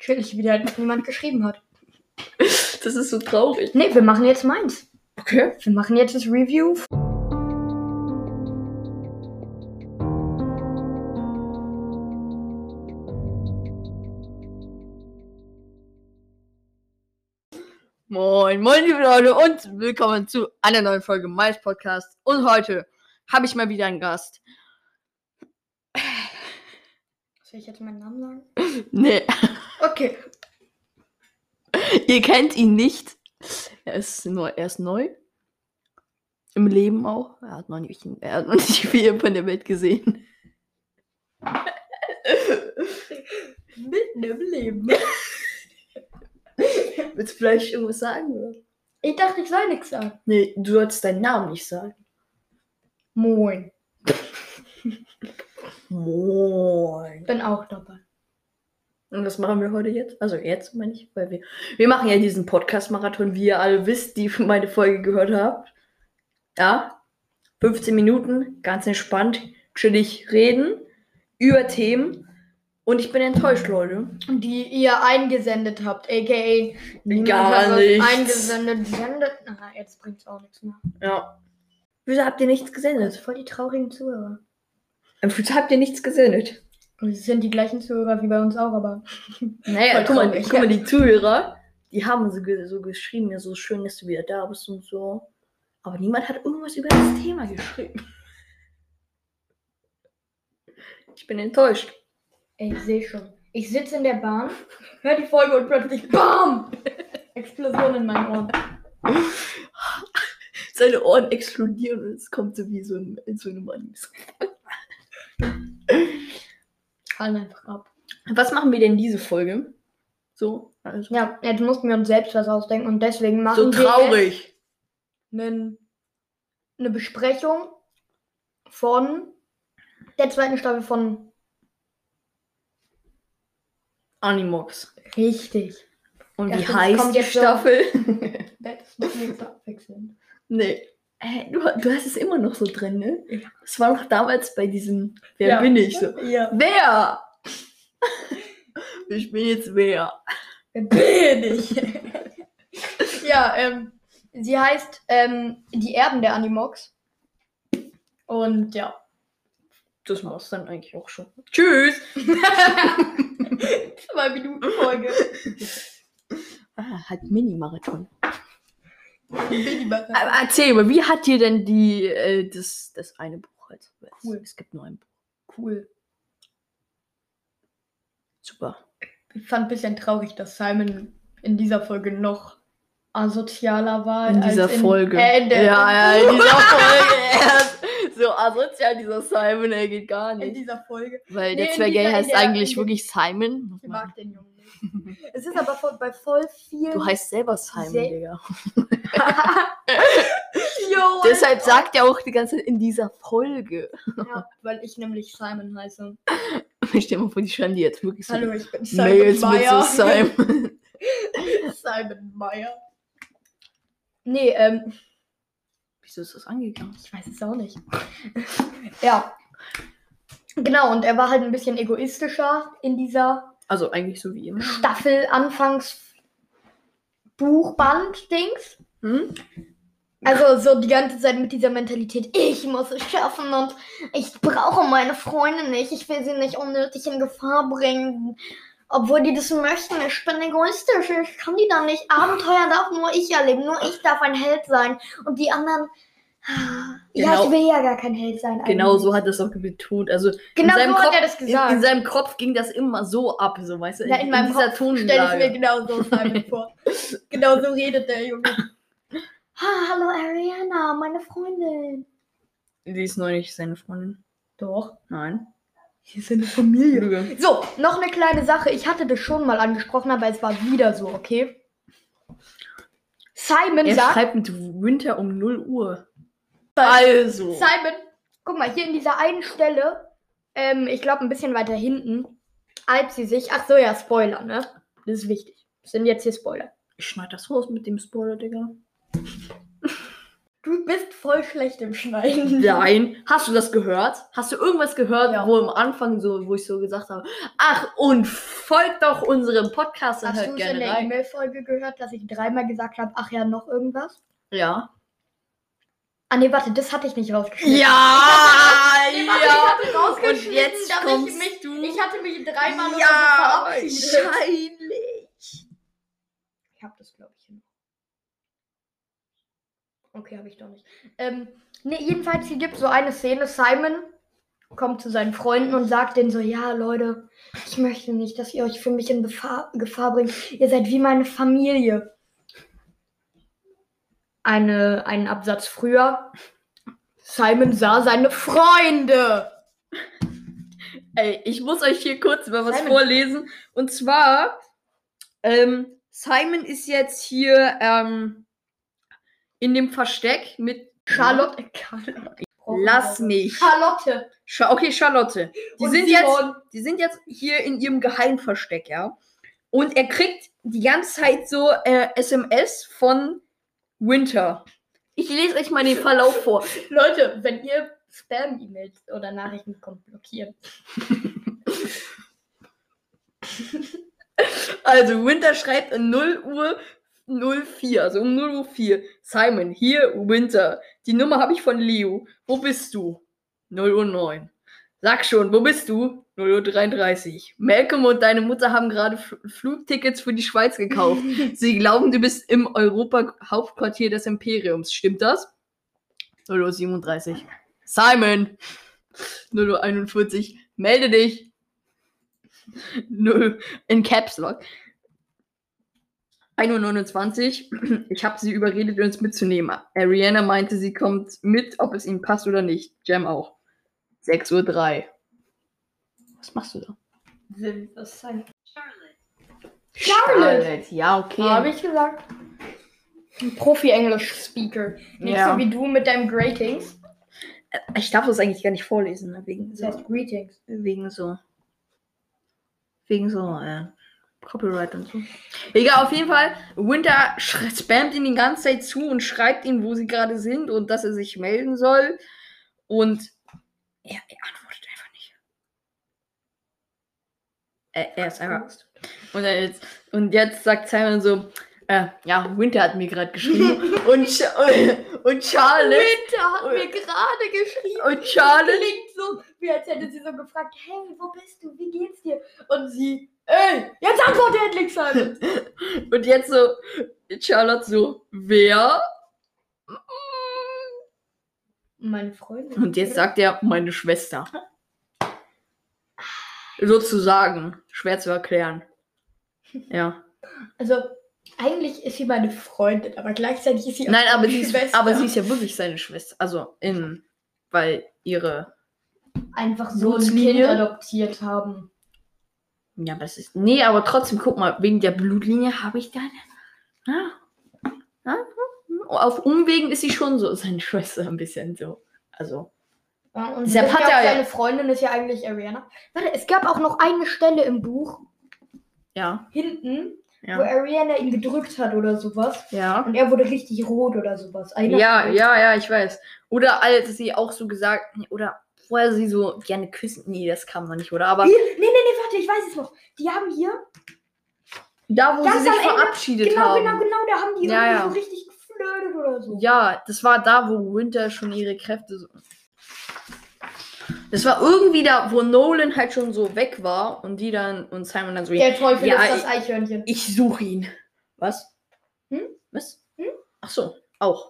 Chillig, wie halt niemand geschrieben hat. Das ist so traurig. Nee, wir machen jetzt meins. Okay. Wir machen jetzt das Review. Moin, moin, liebe Leute und willkommen zu einer neuen Folge meines Podcasts. Und heute habe ich mal wieder einen Gast. Soll ich jetzt meinen Namen sagen? Nee, Okay. ihr kennt ihn nicht. Er ist neu. Im Leben auch. Er hat noch nicht viel von der Welt gesehen. Mitten im Leben. Willst du vielleicht irgendwas sagen, oder? Ich dachte, ich soll nichts sagen. Nee, du sollst deinen Namen nicht sagen. Moin. Moin. Bin auch dabei. Und was machen wir heute jetzt? Also jetzt meine ich, weil wir machen ja diesen Podcast-Marathon, wie ihr alle wisst, die meine Folge gehört habt. Ja, 15 Minuten, ganz entspannt, chillig reden über Themen. Und ich bin enttäuscht, Leute. Die ihr eingesendet habt, a.k.a. niemand Gar hat was nichts. eingesendet. Na, jetzt bringt's auch nichts mehr. Ja. Wieso habt ihr nichts Das ist gesendet? voll die traurigen Zuhörer. Wieso habt ihr nichts gesendet? Und es sind die gleichen Zuhörer wie bei uns auch, aber... Naja, Voll guck traurig, mal, die Zuhörer, die haben so geschrieben, ja, so schön, dass du wieder da bist und so. Aber niemand hat irgendwas über das Thema geschrieben. Ich bin enttäuscht. Ey, ich sehe schon. Ich sitze in der Bahn, höre die Folge und plötzlich BAM! Explosion in meinen Ohren. Seine Ohren explodieren und es kommt so wie so in so einem Anime. Fallen einfach ab. Was machen wir denn diese Folge? So, also. Ja, jetzt mussten wir uns selbst was ausdenken und deswegen So machen wir traurig. jetzt eine Besprechung von der zweiten Staffel von... Animox. Richtig. Und Ja, wie stimmt, heißt kommt die jetzt so. Staffel? Das machen wir jetzt abwechselnd. Nee. Du hast es immer noch so drin, ne? Ja. Das war noch damals bei diesem Wer Ja. bin ich? So. Ja. Wer? Ich bin jetzt wer? Wer bin ich? Ja, sie heißt Die Erben der Animox. Und ja. Das war's dann eigentlich auch schon. Tschüss! 2 Minuten Folge. Halt Mini-Marathon. Aber Aber erzähl mal, wie hat dir denn das eine Buch halt? Cool. Es gibt nur ein Buch. cool. Super. Ich fand ein bisschen traurig, dass Simon in dieser Folge noch asozialer war. In dieser als Folge. In Ja, in dieser Folge. Er ist so asozial, dieser Simon, er geht gar in nicht. dieser Folge. Weil Nee, der in Zwergay dieser- heißt in der- eigentlich in der- wirklich Simon. Ich mag den Jungen nicht. Es ist aber bei voll vielen... Du heißt selber Simon, Sehr- Digga. Jo, Deshalb sagt er auch die ganze Zeit in dieser Folge. Ja, weil ich nämlich Simon heiße. Ich stell mal vor, die schreiben die jetzt wirklich so Hallo, ich bin Simon Mails mit Meyer. so Simon. Simon Meyer. Nee, Wieso ist das angegangen? ich weiß es auch nicht. Ja. Genau, und er war halt ein bisschen egoistischer in dieser Also eigentlich so wie immer. Staffel Anfangs Buchband-Dings. Hm? Also so die ganze Zeit mit dieser Mentalität, ich muss es schaffen und ich brauche meine Freunde nicht, ich will sie nicht unnötig in Gefahr bringen, obwohl die das möchten, ich bin egoistisch, ich kann die da nicht, Abenteuer darf nur ich erleben, nur ich darf ein Held sein und die anderen, ja, Genau. ich will ja gar kein Held sein eigentlich. Genau so hat er es auch betont. Also Genau in seinem so hat Kopf, er das gesagt. In seinem Kopf ging das immer so ab, so weißt du. Ja, in meinem dieser Kopf stelle ich mir Tonlage. genau so Simon vor. Genau so redet der Junge. Hallo Ariana, meine Freundin. Die ist noch nicht seine Freundin. Doch. Nein. Hier ist eine Familie. Lüge. So, noch eine kleine Sache. Ich hatte das schon mal angesprochen, aber es war wieder so, okay? Simon Er sagt... schreibt mit Winter um 0 Uhr. Also. Simon, guck mal, hier in dieser einen Stelle, ich glaube ein bisschen weiter hinten, als sie sich... Ach so, ja, Spoiler, ne? Das ist wichtig. Das sind jetzt hier Spoiler. Ich schneide das raus mit dem Spoiler, Digga. Du bist voll schlecht im Schneiden. Nein. Hast du das gehört? Hast du irgendwas gehört, Ja. wo am Anfang so, wo ich so gesagt habe, ach, und folgt doch unserem Podcast und Hast hört du es in gerne der rein. E-Mail-Folge gehört, dass ich 3-mal gesagt habe, ach ja, noch irgendwas? Ja. Ah nee, warte, das hatte ich nicht rausgeschnitten. Ja, Ich hatte rausgeschnitten, Und jetzt dass kommst ich hatte mich 3-mal oder so ja, verabschiedet. wahrscheinlich. Ich hab das, glaube ich, hin. Okay, habe ich doch nicht. Nee, jedenfalls, hier gibt so eine Szene. Simon kommt zu seinen Freunden und sagt denen so, ja, Leute, ich möchte nicht, dass ihr euch für mich in Gefahr bringt. Ihr seid wie meine Familie. Einen Absatz früher. Simon sah seine Freunde. Ey, ich muss euch hier kurz mal was Simon. vorlesen. Und zwar, Simon ist jetzt hier in dem Versteck mit Charlotte. Lass mich. Charlotte. Okay, Charlotte. Die Und sind, Simon. jetzt hier in ihrem Geheimversteck, ja. Und er kriegt die ganze Zeit so SMS von Winter. Ich lese euch mal den Verlauf vor. Leute, wenn ihr Spam-E-Mails oder Nachrichten kommt, blockieren. Also, Winter schreibt um 0:04, also um 0:04. Simon, hier, Winter. Die Nummer habe ich von Leo. Wo bist du? 0:09. Sag schon, wo bist du? 0:33. Malcolm und deine Mutter haben gerade Flugtickets für die Schweiz gekauft. Sie glauben, du bist im Europa-Hauptquartier des Imperiums. Stimmt das? 0:37. Simon! 0:41. Melde dich! 0 in Caps Lock. 1:29. Ich habe sie überredet, uns mitzunehmen. Ariana meinte, sie kommt mit, ob es ihnen passt oder nicht. Jam auch. 6:03. Was machst du da? Will das sein? Charlotte. Ja, okay. Habe ich gesagt. Profi-Englisch-Speaker. Nicht Ja. so wie du mit deinem Gratings. Ich darf das eigentlich gar nicht vorlesen, ne? Wegen Das heißt Greetings. Copyright und so. Egal, auf jeden Fall. Winter spammt ihn die ganze Zeit zu und schreibt ihm, wo sie gerade sind und dass er sich melden soll. Und er antwortet einfach nicht. Er ist einfach. Und jetzt sagt Simon so, ja, Winter hat mir gerade geschrieben. und Charlotte. Winter hat mir gerade geschrieben. Und Charlotte. Klingt so, wie als hätte sie so gefragt, hey, wo bist du? Wie geht's dir? Und sie, ey, jetzt antworte endlich, Simon. Und jetzt so, Charlotte so, wer? Meine Freundin. Und jetzt sagt er, meine Schwester. Sozusagen. Schwer zu erklären. Ja. Also, eigentlich ist sie meine Freundin, aber gleichzeitig ist sie auch Nein, aber meine sie ist ja wirklich seine Schwester. Also, weil ihre. einfach so ein Blutslinie? Kind adoptiert haben. Ja, aber nee, aber trotzdem, guck mal, wegen der Blutlinie habe ich da. Auf Umwegen ist sie schon so seine Schwester ein bisschen so. Also. Ja, und Deshalb hat er ja- seine Freundin ist ja eigentlich Ariana. Warte, es gab auch noch eine Stelle im Buch, Ja. hinten, wo Ja. Ariana ihn gedrückt hat oder sowas. Ja. Und er wurde richtig rot oder sowas. Ja, ich weiß. Oder als sie auch so gesagt, oder vorher sie so gerne küssen. Nee, das kam noch nicht, oder? Aber Hier, nee, warte, ich weiß es noch. Die haben hier, da, wo ganz sie sich am Ende- verabschiedet genau, haben. da haben die Ja, irgendwie ja. so richtig geflirtet oder so. Ja, das war da, wo Winter schon ihre Kräfte so. Das war irgendwie da, wo Nolan halt schon so weg war und Simon dann so. Der Teufel Ja, ist das Eichhörnchen. Ich suche ihn. Was? Was? Ach so, auch.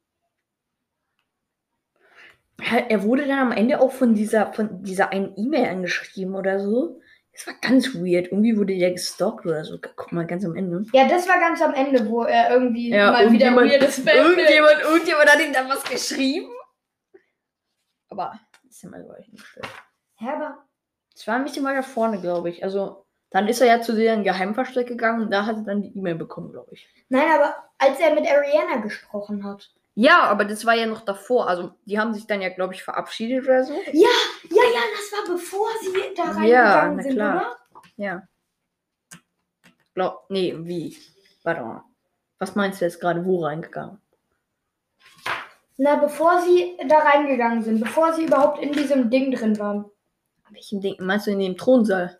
Er wurde dann am Ende auch von dieser einen E-Mail angeschrieben oder so. Das war ganz weird. Irgendwie wurde der gestalkt oder so. Guck mal, ganz am Ende. Ja, das war ganz am Ende, wo er irgendwie Ja, mal wieder weirdes irgendjemand hat ihm da was geschrieben. Aber ist ja mal so hingestellt. Ja, aber Es war ein bisschen weiter vorne, glaube ich. Also, dann ist er ja zu deren Geheimversteck gegangen und da hat er dann die E-Mail bekommen, glaube ich. nein, aber als er mit Ariana gesprochen hat. Ja, aber das war ja noch davor. Also, die haben sich dann ja, glaube ich, verabschiedet oder so. Ja, das war bevor sie da reingegangen Ja, na sind, klar. oder? Ja. Wie? Warte mal. Was meinst du jetzt gerade? Wo reingegangen? Na, bevor sie da reingegangen sind, bevor sie überhaupt in diesem Ding drin waren. Welchen Ding meinst du in dem Thronsaal?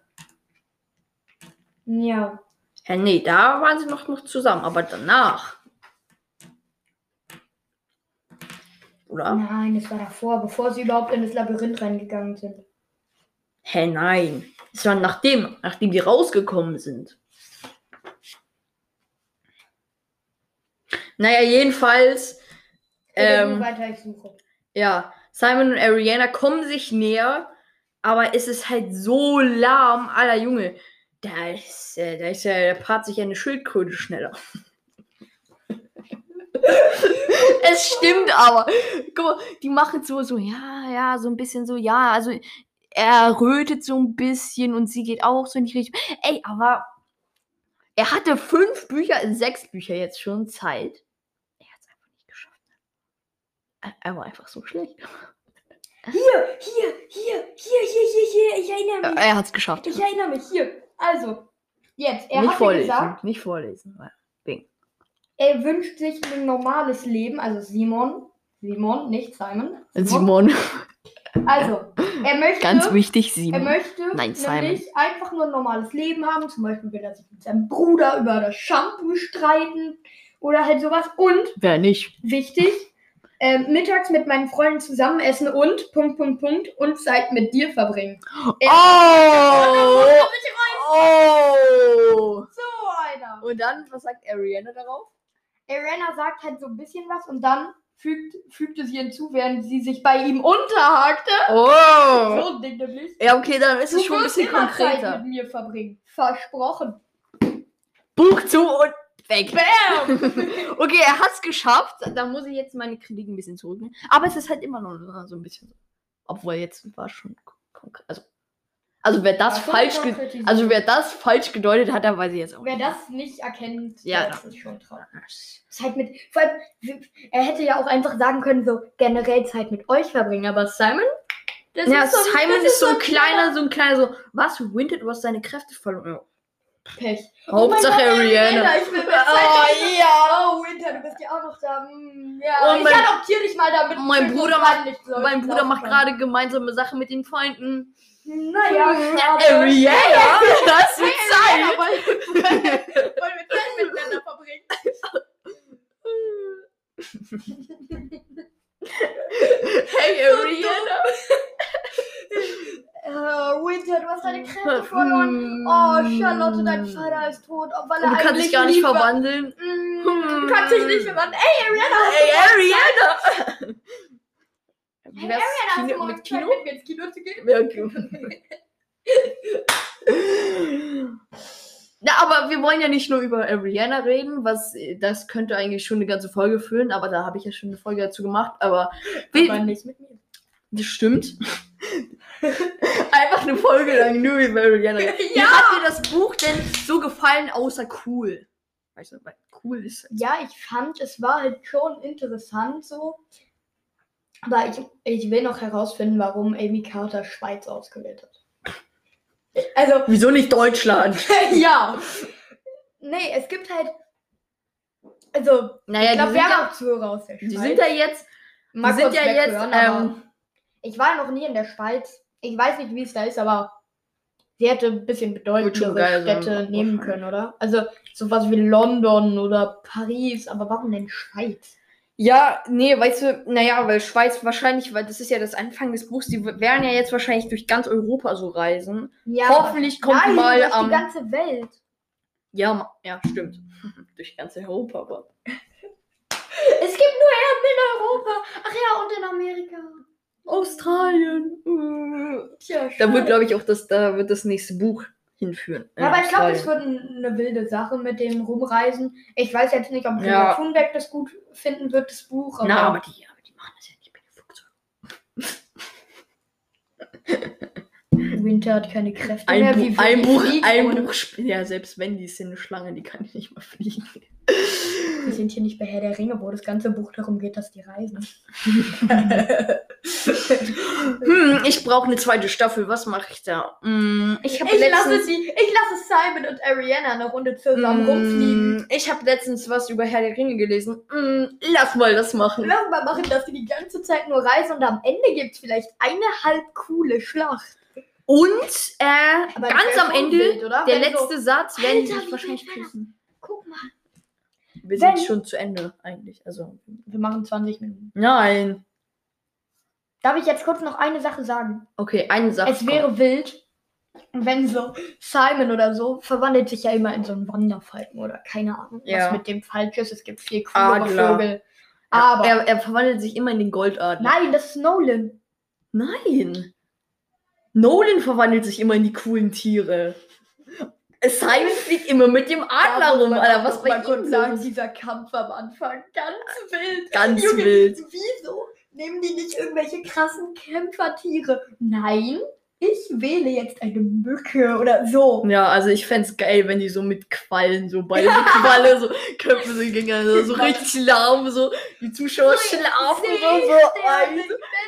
Ja. Ja, nee, da waren sie noch zusammen, aber danach. Oder? Nein, das war davor, bevor sie überhaupt in das Labyrinth reingegangen sind. Hä, nein. Es war nachdem die rausgekommen sind. Naja, jedenfalls. Weiter, ich suche. Ja, Simon und Ariana kommen sich näher, aber es ist halt so lahm, aller Junge. Da paart sich eine Schildkröte schneller. Es stimmt aber. Guck mal, die machen so, ja, so ein bisschen so, ja, also er rötet so ein bisschen und sie geht auch so in die Richtung. Ey, aber er hatte 5 Bücher, 6 Bücher jetzt schon Zeit. Er hat es einfach nicht geschafft. Er war einfach so schlecht. Hier, ich erinnere mich. Er hat es geschafft. Ich erinnere mich, hier. Also, jetzt, er Nicht hat vorlesen, gesagt, nicht vorlesen. Bing. er wünscht sich ein normales Leben, also Simon, nicht Simon. Simon. Also, er möchte, Ganz wichtig, Simon. er möchte Nein, nämlich einfach nur ein normales Leben haben. Zum Beispiel will er sich mit seinem Bruder über das Shampoo streiten oder halt sowas. Und, Wer nicht? wichtig, mittags mit meinen Freunden zusammen essen und, und Zeit mit dir verbringen. Oh! So einer. Und dann, was sagt Ariana darauf? Ariana sagt halt so ein bisschen was und dann fügte sie hinzu, während sie sich bei ihm unterhakte. Oh! So ein Ding nämlich. Ja, okay, dann ist es Du schon ein wirst bisschen immer Zeit konkreter. mit mir verbringen. Versprochen. Buch zu und weg. Bam! Okay, er hat's geschafft. Da muss ich jetzt meine Kritik ein bisschen zurücknehmen. Aber es ist halt immer noch so ein bisschen so. Obwohl jetzt war schon konkret. Also wer das wer das falsch gedeutet hat, dann weiß ich jetzt auch Wer nicht. das nicht erkennt, Ja, das ist schon traurig. Ist halt vor allem, er hätte ja auch einfach sagen können, so generell Zeit mit euch verbringen, aber Simon? Simon ist so ein kleiner, so, was? Winter, du hast deine Kräfte verloren. Pech. Hauptsache Ariana. Ich will mehr Zeit. Oh, Winter, du bist ja auch noch da. Ja, Und ich adoptiere dich mal damit. Mein Bruder macht gerade gemeinsame Sachen mit den Freunden. Naja, Ariana, hast du Zeit? Wollen wir Zeit miteinander verbringen? Hey, Ariana. Winter, du hast deine Kräfte verloren. Oh, Charlotte, dein Vater ist tot. Weil er Du kannst dich gar nicht verwandeln. Du kannst dich nicht verwandeln. Ey, Ariana! Wie wär's Ariana, mit Kino? Mit mir ins Kino zu gehen? Ja, okay. Na, aber wir wollen ja nicht nur über Ariana reden, das könnte eigentlich schon eine ganze Folge füllen, aber da habe ich ja schon eine Folge dazu gemacht, aber nicht mit mir. Das stimmt. Einfach eine Folge lang nur über Ariana. Ja! Wie hat dir das Buch denn so gefallen, außer cool? Weißt du, weil cool ist. Ja, ich fand, es war halt schon interessant so. Aber ich will noch herausfinden, warum Amy Carter Schweiz ausgewählt hat. Also, wieso nicht Deutschland? ja. Nee, es gibt halt. Also, naja, ich glaube, wir haben auch Zuhörer aus der Schweiz. Die sind ja jetzt. Ich war noch nie in der Schweiz. Ich weiß nicht, wie es da ist, aber sie hätte ein bisschen bedeutendere Städte nehmen können, oder? Also sowas wie London oder Paris, aber warum denn Schweiz? Ja, nee, weißt du, naja, weil Schweiz wahrscheinlich, weil das ist ja das Anfang des Buchs, die werden ja jetzt wahrscheinlich durch ganz Europa so reisen. Ja, hoffentlich kommt nein, mal durch die ganze Welt. Ja, stimmt. Durch ganz Europa, aber. Es gibt nur Erden in Europa. Ach ja, und in Amerika. Australien. Tja, da wird, glaube ich, auch das nächste Buch hinführen. Ja, aber ich glaube, es wird eine wilde Sache mit dem Rumreisen. Ich weiß jetzt nicht, ob Greta Thunberg das gut finden wird, das Buch. Aber aber die machen das ja nicht mit dem Flugzeug. Winter hat keine Kräfte ein mehr. Buch. Ja, selbst wenn, die ist ja eine Schlange, die kann nicht mal fliegen. Wir sind hier nicht bei Herr der Ringe, wo das ganze Buch darum geht, dass die reisen. Ich brauche eine zweite Staffel. Was mache ich da? Ich lasse Simon und Ariana eine Runde zusammen rumfliegen. Ich habe letztens was über Herr der Ringe gelesen. Lass mal das machen. Lass mal machen, dass die ganze Zeit nur reisen und am Ende gibt es vielleicht eine halb coole Schlacht. Und Aber ganz am Ende, wild, oder? der Wenn letzte Satz, werden die Alter, sich wie wahrscheinlich geil wäre das? küssen. Guck mal. Wir sind schon zu Ende eigentlich. Also Wir machen 20 Minuten. nein. Darf ich jetzt kurz noch eine Sache sagen? Okay, eine Sache. Es wäre wild, wenn so Simon oder so verwandelt sich ja immer in so einen Wanderfalken oder keine Ahnung, Ja. was mit dem falsch ist. Es gibt viel Adler. coolere Vögel. Aber er verwandelt sich immer in den Goldadler. nein, das ist Nolan. Nein. Nolan verwandelt sich immer in die coolen Tiere. Simon fliegt immer mit dem Adler rum, Alter. Was bei ihm sagen, los? dieser Kampf am Anfang, ganz wild. Ganz Junge, wild. Wieso nehmen die nicht irgendwelche krassen Kämpfertiere? Nein, ich wähle jetzt eine Mücke oder so. Ja, also ich fänd's geil, wenn die so mit Quallen, so beide Qualle, so kämpfen sie gegeneinander, so richtig lahm, so die Zuschauer schlafen so ein.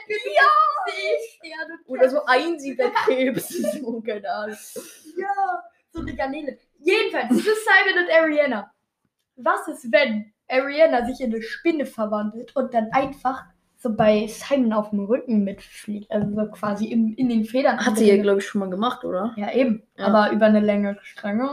Seesterne. Oder so Einsiedlerkrebs, so, keine Ahnung. Ja, so eine Garnele. Jedenfalls, das ist Simon und Ariana. Was ist, wenn Ariana sich in eine Spinne verwandelt und dann einfach so bei Simon auf dem Rücken mitfliegt? Also so quasi in den Federn. Hat sie ja, glaube ich, schon mal gemacht, oder? Ja, eben. Ja. Aber über eine längere Strecke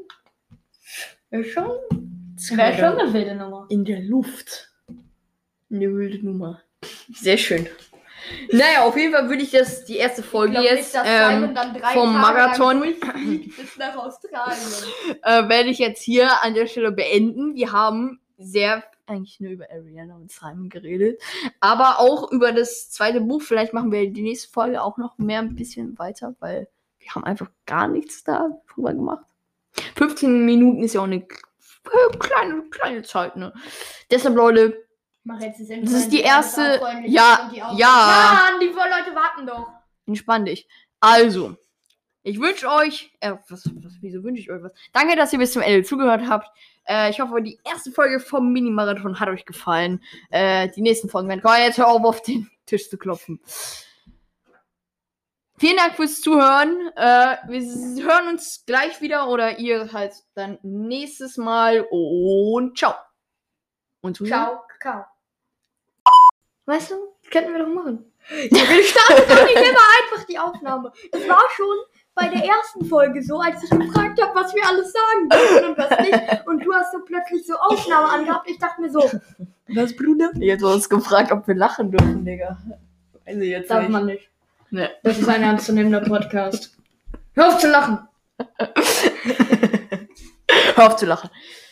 wäre schon eine wilde Nummer. In der Luft. Eine wilde Nummer. Sehr schön. Naja, auf jeden Fall würde ich die erste Folge jetzt Simon dann 3 vom Tage Marathon lang durchfliegt bis nach Australien. werde ich jetzt hier an der Stelle beenden. Wir haben eigentlich nur über Ariana und Simon geredet, aber auch über das zweite Buch. Vielleicht machen wir die nächste Folge auch noch ein bisschen weiter, weil wir haben einfach gar nichts darüber gemacht. 15 Minuten ist ja auch eine kleine Zeit, ne? Deshalb, Leute, das ist die erste. Ja. Mann, die Leute warten doch. Entspann dich. Also, ich wünsche euch. Wieso wünsche ich euch was? Danke, dass ihr bis zum Ende zugehört habt. Ich hoffe, die erste Folge vom Mini-Marathon hat euch gefallen. Die nächsten Folgen werden kommen. Jetzt hör auf den Tisch zu klopfen. Vielen Dank fürs Zuhören. Wir hören uns gleich wieder oder ihr halt dann nächstes Mal. Und ciao. Und Ciao, Kakao. Weißt du, das könnten wir doch machen. Ja, wir starten doch nicht immer einfach die Aufnahme. Es war schon bei der ersten Folge so, als ich gefragt habe, was wir alles sagen dürfen und was nicht. Und du hast so plötzlich so Aufnahme angehabt. Ich dachte mir so, was, Bruder? Jetzt wurde uns gefragt, ob wir lachen dürfen, Digga. Also jetzt Darf nicht. man nicht. Nee. Das ist ein ernstzunehmender Podcast. Hör auf zu lachen. Hör auf zu lachen.